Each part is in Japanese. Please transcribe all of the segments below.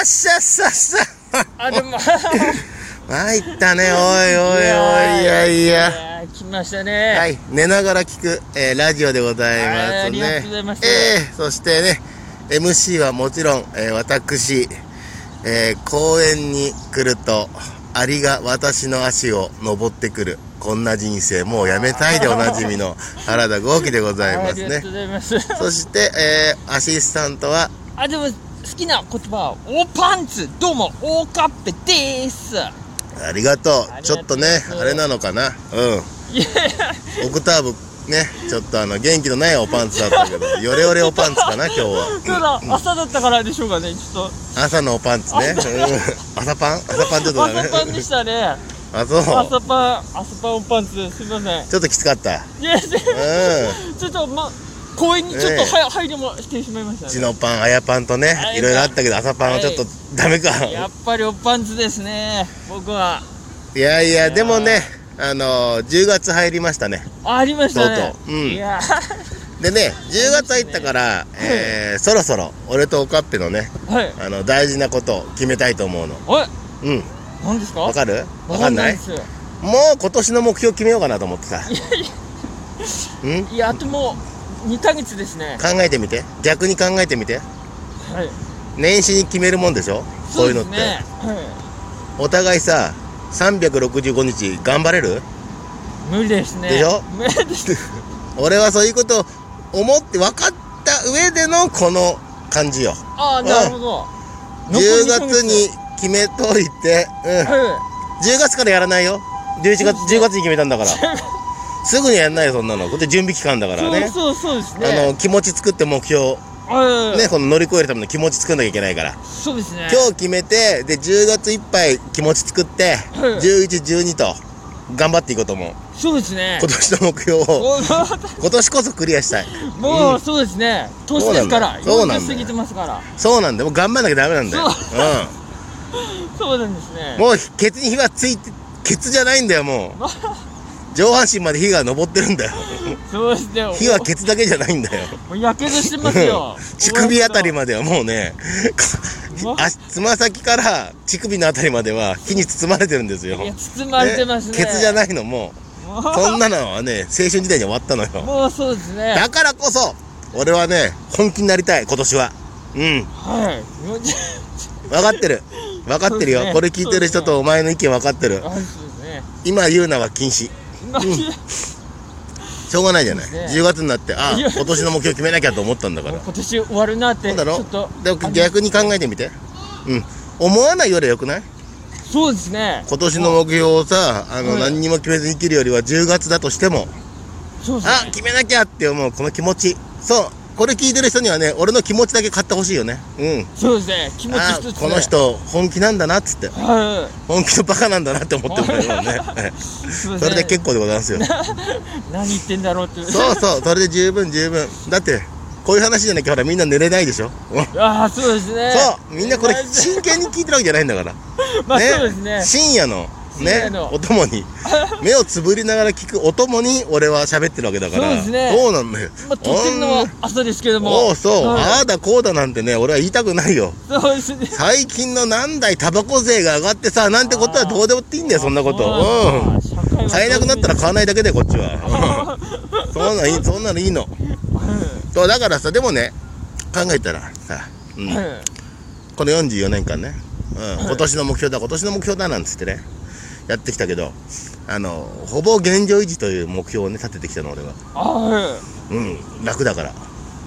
しゃっしゃっしゃあ、でも参ったね、おいおいおい、いやいや来ましたね。 はい、寝ながら聞く、ラジオでございますね。 ありがとうございます。 そしてね、MC はもちろん、私、公園に来るとアリが私の足を登ってくる、こんな人生もうやめたいでおなじみの原田豪輝でございますね。 ありがとうございます。 そして、アシスタントはでも好きな言葉はおパンツ、どうもおかっぺです。 ありがとう。ちょっとね、あれなのかな、オクターブね、ちょっと元気のないおパンツだったけど、ヨレヨレおパンツかな今日は。 そうだ、朝だったからでしょうかね、ちょっと朝のおパンツね。朝パンちょっとだね。 朝パンでしたね。 そう。 朝パンおパンツ、すみません。 ちょっときつかった。 いや、ちょっと公園にちょっと入りもしてしまいましたね。 チノパン、あやパンとね、いろいろあったけど、朝パンはちょっとダメか。 やっぱりおパンツですね、僕は。 いやいや、でもね、10月入りましたね。 ありましたね。 とうとう。 いやでね、10月入ったから、そろそろ俺とおかっぺのね、大事なことを決めたいと思うの。 何ですか？ わかる？わかんない？もう今年の目標決めようかなと思ってさ。 いや、あともう2ヶ月ですね。 考えてみて。逆に考えてみて。年始に決めるもんでしょ、こういうのって。お互いさ、365日頑張れる？ 無理ですね。 でしょ？ 無理です。 俺はそういうことを思って分かった上でのこの感じよ。 なるほど。 10月に決めといて、10月からやらないよ。10月に決めたんだから。すぐにやんないよ、そんなの。これ準備期間だからね。 そうですね。 気持ち作って目標。ね、この乗り越えるための気持ち作んなきゃいけないから。 そうですね。 今日決めて、で、10月いっぱい気持ち作って、11、12と頑張っていこうと思う。 そうですね。 今年の目標を、今年こそクリアしたい。 もう、そうですね。年ですから。 そうなんだよ。 過ぎてますから。 そうなんだよ。もう頑張んなきゃダメなんだよ。 そうなんですね。 もう、ケツに火はついて、ケツじゃないんだよ、もう。上半身まで火が昇ってるんだよ。 そうですね。 火はケツだけじゃないんだよ。 もうやけどしてますよ。 乳首あたりまではもうね、つま先から乳首のあたりまでは火に包まれてるんですよ。 いや、包まれてますね。 ケツじゃないの、もう。そんなのはね、青春時代に終わったのよ。 もうそうですね。 だからこそ、俺はね、本気になりたい、今年は。分かってる。分かってるよ。これ聞いてる人とお前の意見分かってる。今言うのは禁止。しょうがないじゃない。10月になって、今年の目標決めなきゃと思ったんだから。 今年終わるなって。 そうだろ。でも逆に考えてみて。思わないよりはよくない？ そうですね。 今年の目標をさ、何にも決めずに生きるよりは10月だとしても、決めなきゃって思うこの気持ち。そう。これ聞いてる人にはね、俺の気持ちだけ買ってほしいよね。 そうですね。気持ち一つ。 この人本気なんだなっつって。本気のバカなんだなって思ってるんだよね。それで結構でございますよ。 何言ってんだろうって。 そう、それで十分。だって、こういう話じゃなきゃほらみんな寝れないでしょ。 そうですね。 そう、みんなこれ真剣に聞いてるわけじゃないんだから。 そうですね。 深夜のね、お供に目をつぶりながら聞くお供に俺は喋ってるわけだから。そうですね。そうなんだよ。 撮ってるのは朝ですけども。 ああだこうだなんてね、俺は言いたくないよ。 そうですね。 最近の何台タバコ税が上がってさ、なんてことはどうでもっていいんだよ、そんなこと。買えなくなったら買わないだけでこっちは。そんなのいいの。だからさ、でもね、考えたらさ、この44年間ね、今年の目標だなんつってね、やってきたけど、ほぼ現状維持という目標をね、立ててきたの、俺は。楽だから。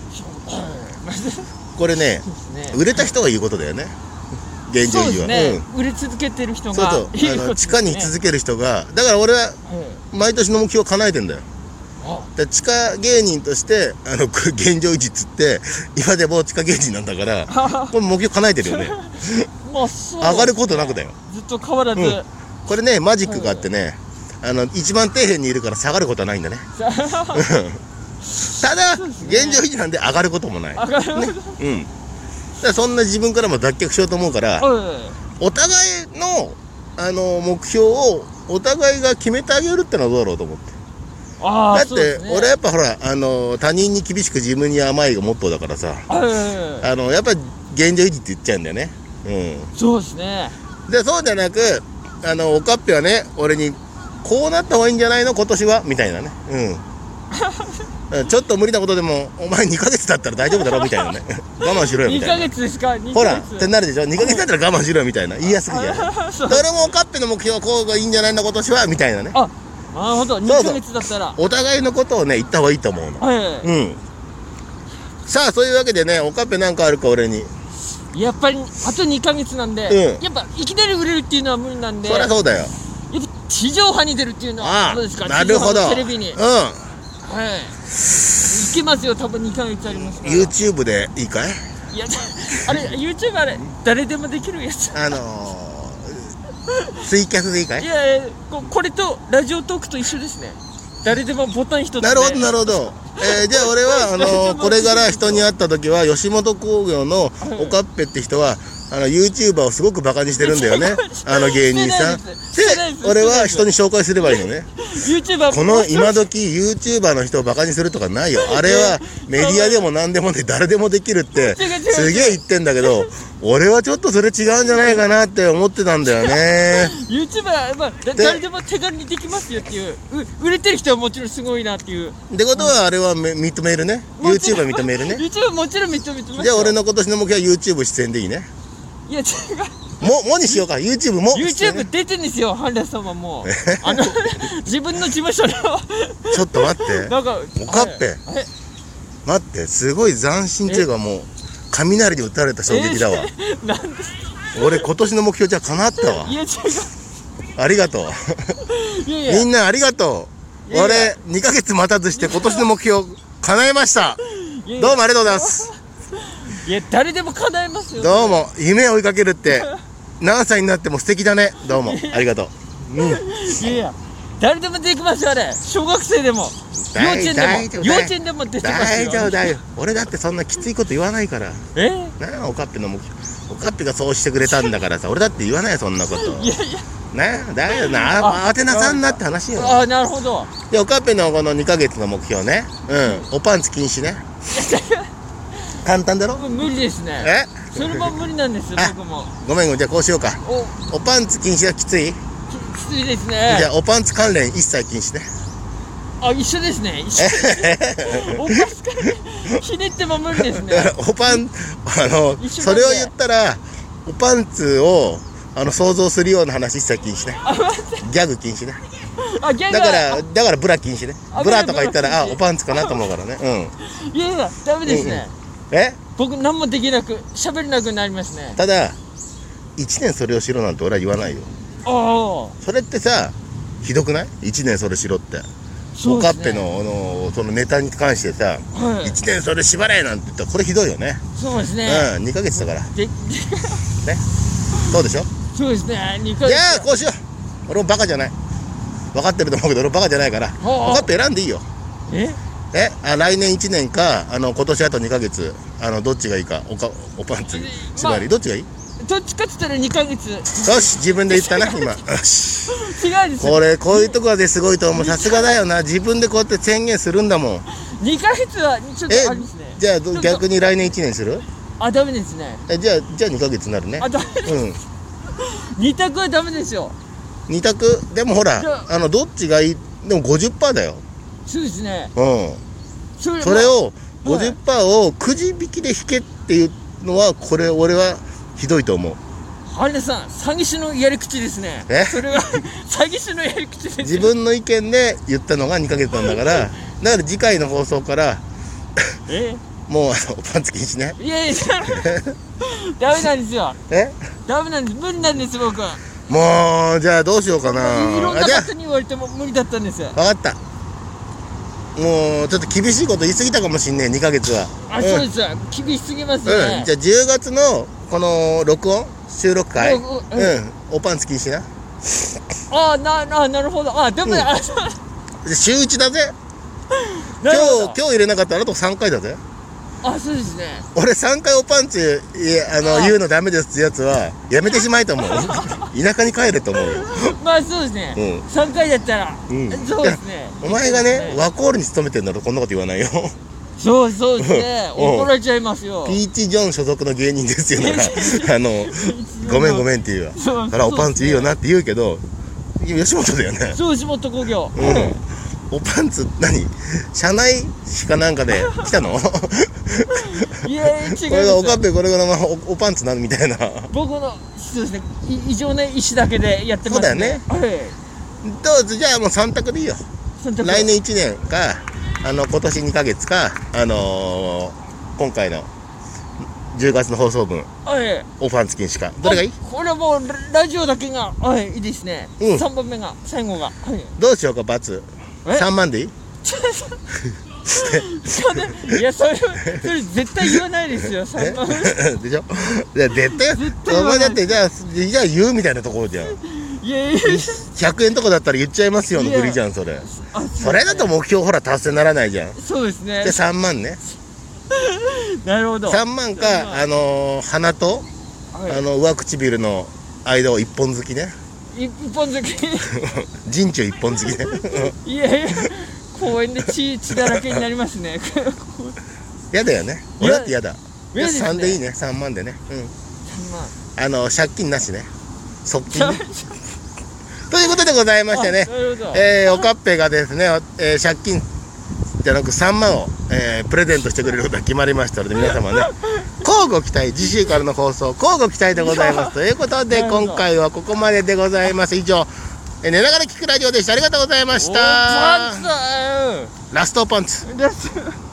これね、売れた人が言うことだよね。現状維持は。 売れ続けてる人が。 地下に居続ける人が、だから俺は、毎年の目標を叶えてんだよ。地下芸人として、現状維持っつって、今でも地下芸人なんだから、これ目標叶えてるよね。上がることなくだよ。 ずっと変わらず。 これね、マジックがあってね、一番底辺にいるから下がることはないんだね。ただ、現状維持なんで上がることもない。だからそんな自分からも脱却しようと思うから、お互いの、目標をお互いが決めてあげるってのはどうだろうと思って。だって、俺やっぱほら、他人に厳しく自分に甘いがモットーだからさ、やっぱり現状維持って言っちゃうんだよね。 そうですね。 で、そうじゃなく、おかっぺはね、俺に、こうなった方がいいんじゃないの今年はみたいなね。ちょっと無理なことでも、お前2ヶ月だったら大丈夫だろみたいなね。我慢しろよみ 2 たいな。 ヶ月ですか？2 ほら、 ヶ月ってなるでしょ ?2 ヶ月だったら我慢しろよみたいな。言いやすくじゃん。 そう誰もおかっぺの目標はこうがいいんじゃないの今年はみたいなね。 あ、なるほど。2ヶ月だったら。 お互いのことをね、言った方がいいと思うの。 はい。 さあ、そういうわけでね、おかっぺなんかあるか俺に。 やっぱり、あと2ヶ月なんで、やっぱ、いきなり売れるっていうのは無理なんで、 そりゃそうだよ。 やっぱ地上波に出るっていうのはどうですか？ なるほど。 地上波のテレビに。はい。いけますよ、多分2ヶ月ありますから。 YouTube でいいかい？ いや、あれ、YouTube あれ、誰でもできるやつ。 ツイキャスでいいかい？ いやいや、これとラジオトークと一緒ですね。誰でもボタン一つで。 なるほど、なるほど。じゃあ俺は、これから人に会った時は、吉本興業のおかっぺって人は、YouTuber をすごくバカにしてるんだよね。芸人さん。で、俺は人に紹介すればいいのね。 YouTuber この今時 YouTuber の人をバカにするとかないよ。あれはメディアでも何でもね、誰でもできるって、すげえ言ってんだけど、俺はちょっとそれ違うんじゃないかなって思ってたんだよね。 YouTuber、まあ、誰でも手軽にできますよっていう、売れてる人はもちろんすごいなっていう。 ってことはあれは認めるね。YouTuber 認めるね。 YouTube もちろん認めてますよ。 じゃあ俺の今年の目標は YouTube 出演でいいね。 いや違う。 もにしようか。 YouTube も YouTube 出てんですよ、ハンレさんはもう。自分の事務所のちょっと待ってなんかおかっぺ、待って、すごい斬新っていうか、もう雷に打たれた衝撃だわ。 なんで俺今年の目標じゃ叶ったわ。 いや違う。 ありがとう。 いやいやみんなありがとう。 いやいや俺2ヶ月待たずして今年の目標叶えました。 いやいやどうもありがとうございます。 いや、誰でも叶えますよ。 どうも。夢を追いかけるって何歳になっても素敵だね。どうもありがとう。 いやいや、誰でもできますよ、あれ。小学生でも幼稚園でも幼稚園でも出てますよ。 大丈夫大丈夫。俺だってそんなきついこと言わないから。なあ、おかっぺの目標、おかっぺがそうしてくれたんだからさ、俺だって言わないよそんなこと。 いやいや、 ね、だよな、慌てなさんなって話よ。 ああ、なるほど。 で、おかっぺのこの2ヶ月の目標ね。おパンツ禁止ね。簡単だろ。 無理ですね。それも無理なんですよ、僕も。 ごめん、じゃあこうしようか。おパンツ禁止はきつい？ きついですね。 じゃあおパンツ関連一切禁止ね。 あ、一緒ですね。一緒。おパンツ関連ひねっても無理ですね。 だからおパン、それを言ったら、おパンツを想像するような話一切禁止ね。ギャグ禁止ね。だからブラ禁止ね。ブラとか言ったら、おパンツかなと思うからね。 いやいや、ダメですね。僕何もできなく喋れなくなりますね。 ただ1年それをしろなんて俺は言わないよ。それってさ、ひどくない？1年それしろって。おかっぺのそのネタに関してさ、1年それ縛れなんて言ったらこれひどいよね。 そうですね。 2ヶ月だからね。そうでしょ。 そうですね。2ヶ月。 いやー、こうしよう。俺もバカじゃない。分かってると思うけど俺バカじゃないから、おかっぺ選んでいいよ。来年1年か今年あと2ヶ月、どっちがいいか。おパンツ縛りどっちがいい？ どっちかって言ったら2ヶ月。よし、自分で言ったな今。よし。 違うんですよ。 こういうところですごいと思う。さすがだよな。自分でこうやって宣言するんだもん。 2ヶ月はちょっとありますね。 じゃあ逆に来年1年する？ あ、ダメですね。 じゃあ2ヶ月になるね。 あ、ダメです。2択はダメですよ。 2択でもほら、どっちがいい？でも 50% だよ。 そうですね。 それを 50% をくじ引きで引けっていうのは、これ俺はひどいと思う。 ハルさん、詐欺師のやり口ですね。それは詐欺師のやり口です。 自分の意見で言ったのが2ヶ月なんだから、だから次回の放送からもうパンツ禁止ね。 いやいや、ダメなんですよ。ダメなんです。無理なんです、僕は。 もうじゃあどうしようかな。 いろんな方に言われても無理だったんですよ。 分かった。もうちょっと厳しいこと言い過ぎたかもしんねえ、2ヶ月は。 そうですよ。厳しすぎますよね。 じゃあ10月のこの録音収録会、おパンツ禁止な。 なるほど。でも週1だぜ。今日入れなかったらあと3回だぜ。 そうですね。 俺3回おパンツ言うのダメですってやつはやめてしまえと思う。田舎に帰れと思うよ。 まあそうですね。3回だったらそうですね。 お前がね、ワコールに勤めてんだろ、こんなこと言わないよ。 そうそうですね。 うん怒られちゃいますよ。 ピーチ・ジョン所属の芸人ですよ。だからごめんごめんって言うわ。 そうだからおパンツいいよなって言うけど、吉本だよね。 そう、吉本興業。 おパンツ何？社内しかなんかで来たの？ いや違いますこれがおかっぺこれがおパンツなのみたいな。 僕のそうですね、異常な意思だけでやってますね。 そうはい。 どうぞ、じゃあもう3択でいいよ。来年1年か今年2ヶ月か今回の10月の放送分、 はい。 おパンツ禁止かどれがいい？ これはもうラジオだけがはいいいですね。 うん 3番目が最後がはい。 どうしようか×。3万でいい？ いやそれ絶対言わないですよ。3番目。 でしょ？いや絶対お前だってじゃあ言うみたいなところじゃん。 いやいや 100円とかだったら言っちゃいますよの振りじゃんそれ。それだと目標ほら達成ならないじゃん。 そうですね。 じゃあ3万ね。 なるほど。 3万か鼻と上唇の間を一本突きね。 一本好き。 人中一本突きね。 いやいや公園で血だらけになりますね。 やだよね。俺だってやだ。 嫌ですね 3でいいね。3万でね。 3万。 借金なしね。側近ね。ということでございましてね。 なるほど。 おかっぺがですね、借金じゃなく3万を、プレゼントしてくれることが決まりましたので、皆様ね、乞うご期待、次週からの放送、乞うご期待でございます。ということで、今回はここまででございます。以上、寝ながら聞くラジオでした。ありがとうございました。 パンツだラストパンツ。 ー。